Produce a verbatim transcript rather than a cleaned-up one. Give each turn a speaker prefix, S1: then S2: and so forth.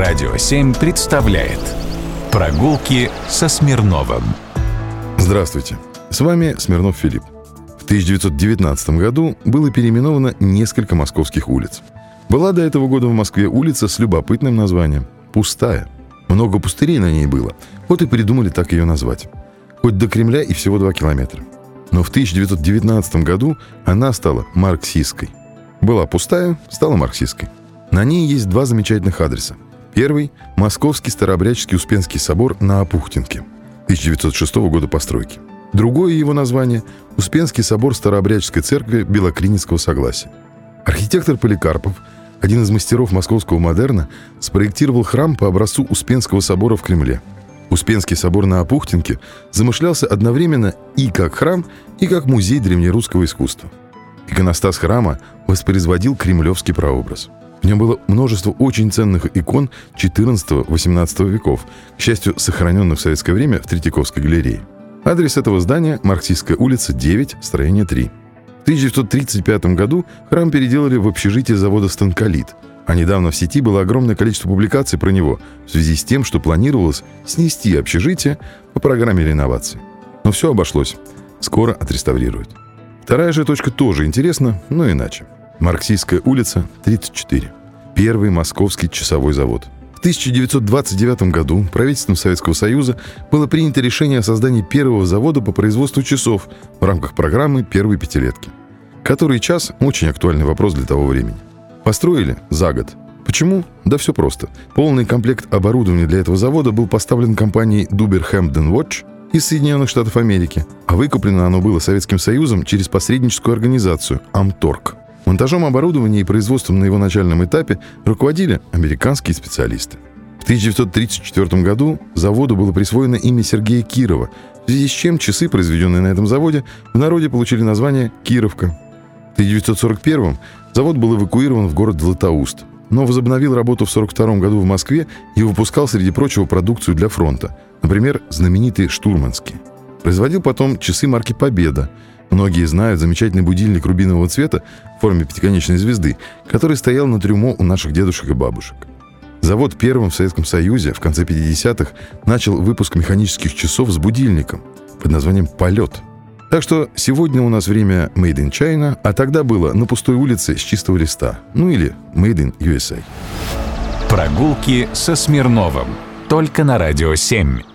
S1: Радио семь представляет «Прогулки со Смирновым».
S2: Здравствуйте, с вами Смирнов Филипп. В тысяча девятьсот девятнадцатом году было переименовано несколько московских улиц. Была до этого года в Москве улица с любопытным названием «Пустая». Много пустырей на ней было, вот и придумали так ее назвать. Хоть до Кремля и всего два километра. Но в тысяча девятьсот девятнадцатом году она стала марксистской. Была пустая, стала марксистской. На ней есть два замечательных адреса. Первый – Московский Старообрядческий Успенский собор на Апухтинке, тысяча девятьсот шестого года постройки. Другое его название – Успенский собор Старообрядческой церкви Белокринецкого согласия. Архитектор Поликарпов, один из мастеров московского модерна, спроектировал храм по образцу Успенского собора в Кремле. Успенский собор на Апухтинке замышлялся одновременно и как храм, и как музей древнерусского искусства. Иконостас храма воспроизводил кремлевский прообраз. В нем было множество очень ценных икон четырнадцатого-восемнадцатого веков, к счастью, сохраненных в советское время в Третьяковской галерее. Адрес этого здания – Марксистская улица, девять, строение три. В тысяча девятьсот тридцать пятом году храм переделали в общежитие завода «Станколит», а недавно в сети было огромное количество публикаций про него в связи с тем, что планировалось снести общежитие по программе реновации. Но все обошлось. Скоро отреставрируют. Вторая же точка тоже интересна, но иначе. Марксистская улица, тридцать четыре. Первый московский часовой завод. В тысяча девятьсот двадцать девятом году правительством Советского Союза было принято решение о создании первого завода по производству часов в рамках программы «Первой пятилетки». Который час – очень актуальный вопрос для того времени. Построили за год. Почему? Да все просто. Полный комплект оборудования для этого завода был поставлен компанией Duber Hamden Watch из Соединенных Штатов Америки, а выкуплено оно было Советским Союзом через посредническую организацию «Амторг». Монтажом оборудования и производством на его начальном этапе руководили американские специалисты. В тысяча девятьсот тридцать четвёртом году заводу было присвоено имя Сергея Кирова, в связи с чем часы, произведенные на этом заводе, в народе получили название «Кировка». В тысяча девятьсот сорок первом завод был эвакуирован в город Златоуст, но возобновил работу в сорок втором году в Москве и выпускал, среди прочего, продукцию для фронта, например, знаменитые штурманские. Производил потом часы марки «Победа». Многие знают замечательный будильник рубинового цвета в форме пятиконечной звезды, который стоял на трюмо у наших дедушек и бабушек. Завод первым в Советском Союзе в конце пятидесятых начал выпуск механических часов с будильником под названием «Полет». Так что сегодня у нас время Made in China, а тогда было на пустой улице с чистого листа, ну или Made in ю эс эй.
S1: Прогулки со Смирновым. Только на Радио семь.